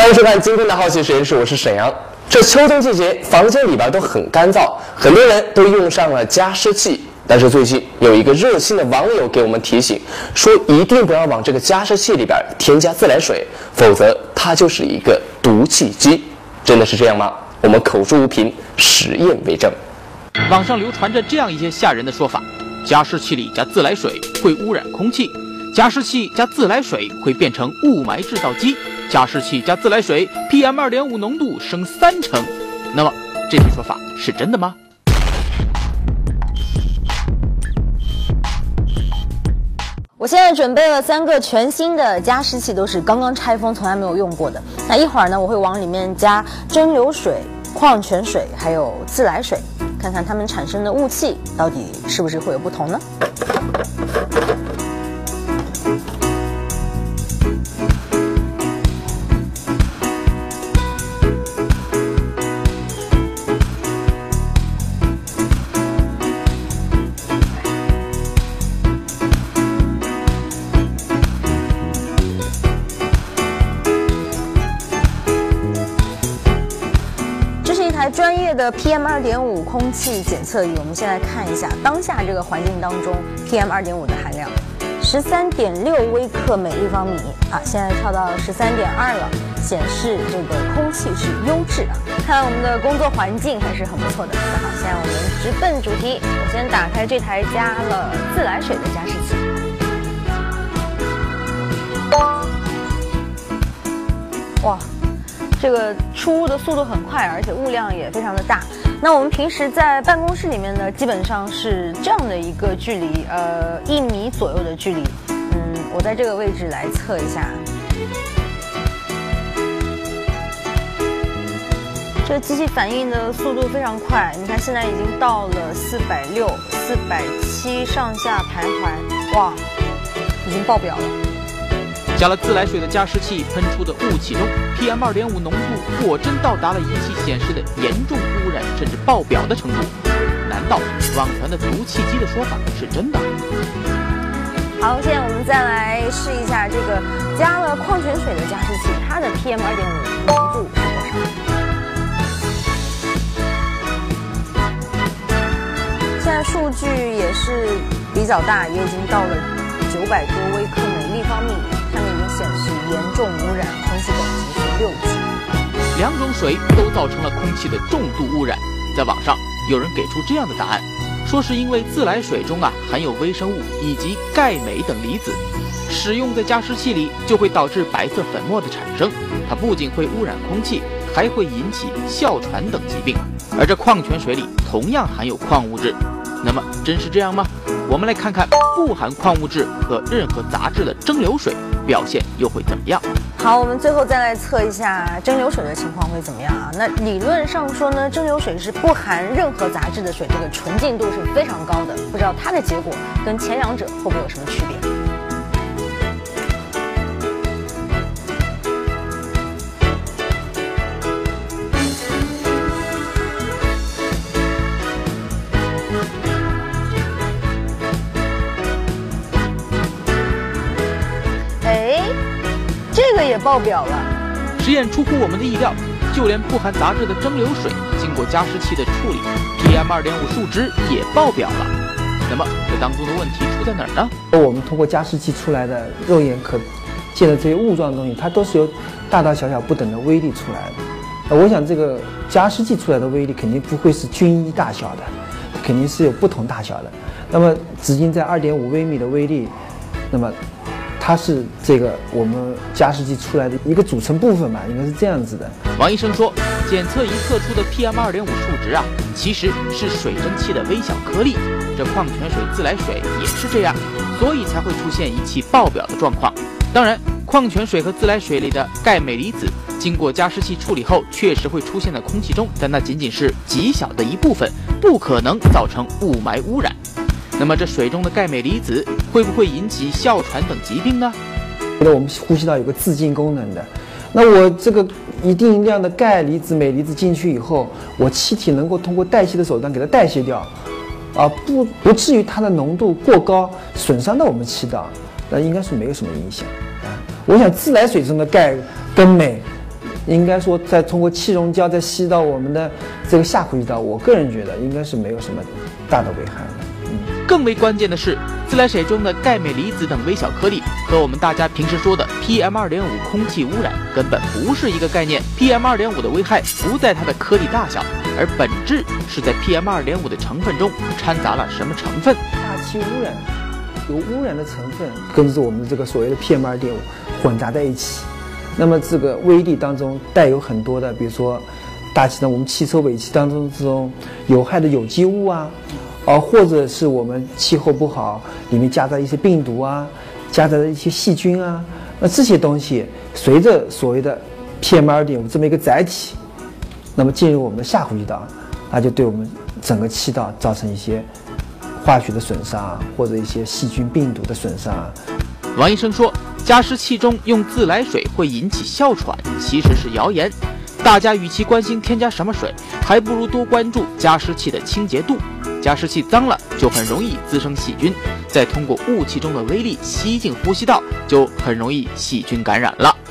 欢迎收看今天的好奇实验室，我是沈阳。这秋冬季节，房间里边都很干燥，很多人都用上了加湿器。但是最近有一个热心的网友给我们提醒，说一定不要往这个加湿器里边添加自来水，否则它就是一个毒气机。真的是这样吗？我们口述无凭，实验为证。 网上流传着这样一些吓人的说法：加湿器里加自来水会污染空气，加湿器加自来水会变成雾霾制造机，加湿器加自来水 PM2.5 浓度升3成。那么这些说法是真的吗？ 我现在准备了3个全新的加湿器，都是刚刚拆封，从来没有用过的。那一会儿呢，我会往里面加蒸馏水、矿泉水还有自来水，看看它们产生的雾气到底是不是会有不同呢？专业的 PM2.5 空气检测仪，我们先来看一下当下这个环境当中 PM2.5 的含量，13.6微克每立方米啊，现在跳到13.2了，显示这个空气是优质啊。看来我们的工作环境还是很不错的。那好，现在我们直奔主题，我先打开这台加了自来水的加湿器。哇！这个出雾的速度很快，而且雾量也非常的大。那我们平时在办公室里面呢，基本上是这样的一个距离，1米左右的距离。我在这个位置来测一下。这机器反应的速度非常快，你看现在已经到了460、470上下徘徊，哇，已经爆表了。 加了自来水的加湿器喷出的雾气中 ，PM2.5 浓度果真到达了仪器显示的严重污染甚至爆表的程度。难道网传的毒气机的说法是真的？ 好，现在我们再来试一下这个加了矿泉水的加湿器，它的 PM2.5 浓度是多少？现在数据也是比较大，也已经到了900多微克每立方米。上面已经显示严重污染，空气等级是6级。 2种水都造成了空气的重度污染。在网上有人给出这样的答案，说是因为自来水中含有微生物以及钙镁等离子，使用在加湿器里就会导致白色粉末的产生。它不仅会污染空气，还会引起哮喘等疾病。而这矿泉水里同样含有矿物质，那么真是这样吗？我们来看看不含矿物质和任何杂质的蒸馏水表现又会怎么样？ 好，我们最后再来测一下蒸馏水的情况会怎么样啊？那理论上说呢，蒸馏水是不含任何杂质的水，这个纯净度是非常高的。不知道它的结果跟前2者会不会有什么区别？这个也爆表了。 实验出乎我们的意料，就连不含杂质的蒸馏水经过加湿器的处理 ，PM2.5 数值也爆表了。那么这当中的问题出在哪儿呢？ 我们通过加湿器出来的肉眼可见的这些雾状的东西，它都是由大大小小不等的微粒出来的。我想这个加湿器出来的微粒肯定不会是均一大小的，肯定是有不同大小的。那么直径在2.5微米的微粒，那么它是这个我们加湿器出来的一个组成部分吧，应该是这样子的。 王医生说，检测仪测出的 PM2.5 数值其实是水蒸气的微小颗粒，这矿泉水、自来水也是这样，所以才会出现仪器爆表的状况。当然，矿泉水和自来水里的钙镁离子经过加湿器处理后，确实会出现在空气中，但那仅仅是极小的一部分，不可能造成雾霾污染。那么这水中的钙镁离子会不会引起哮喘等疾病呢？ 我们呼吸道有个自净功能的，那我这个一定量的钙离子、镁离子进去以后，我气体能够通过代谢的手段给它代谢掉，不至于它的浓度过高，损伤到我们气道，那应该是没有什么影响啊。我想自来水中的钙跟镁应该说再通过气溶胶再吸到我们的这个下呼吸道，我个人觉得应该是没有什么大的危害的。 更为关键的是，自来水中的钙镁离子等微小颗粒和我们大家平时说的 PM2.5 空气污染根本不是一个概念。PM2.5 的危害不在它的颗粒大小，而本质是在 PM2.5 的成分中掺杂了什么成分。 大气污染有污染的成分跟着我们这个所谓的 PM2.5 混杂在一起，那么这个微粒当中带有很多的，比如说大气中我们汽车尾气当中这种有害的有机物啊，或者是我们气候不好里面夹杂一些病毒啊，夹杂的一些细菌啊，那这些东西随着所谓的 PM2.5 这么一个载体，那么进入我们的下呼吸道，它就对我们整个气道造成一些化学的损伤，或者一些细菌病毒的损伤。 王医生说，加湿器中用自来水会引起哮喘，其实是谣言。大家与其关心添加什么水，还不如多关注加湿器的清洁度。加湿器脏了，就很容易滋生细菌，再通过雾气中的微粒吸进呼吸道，就很容易细菌感染了。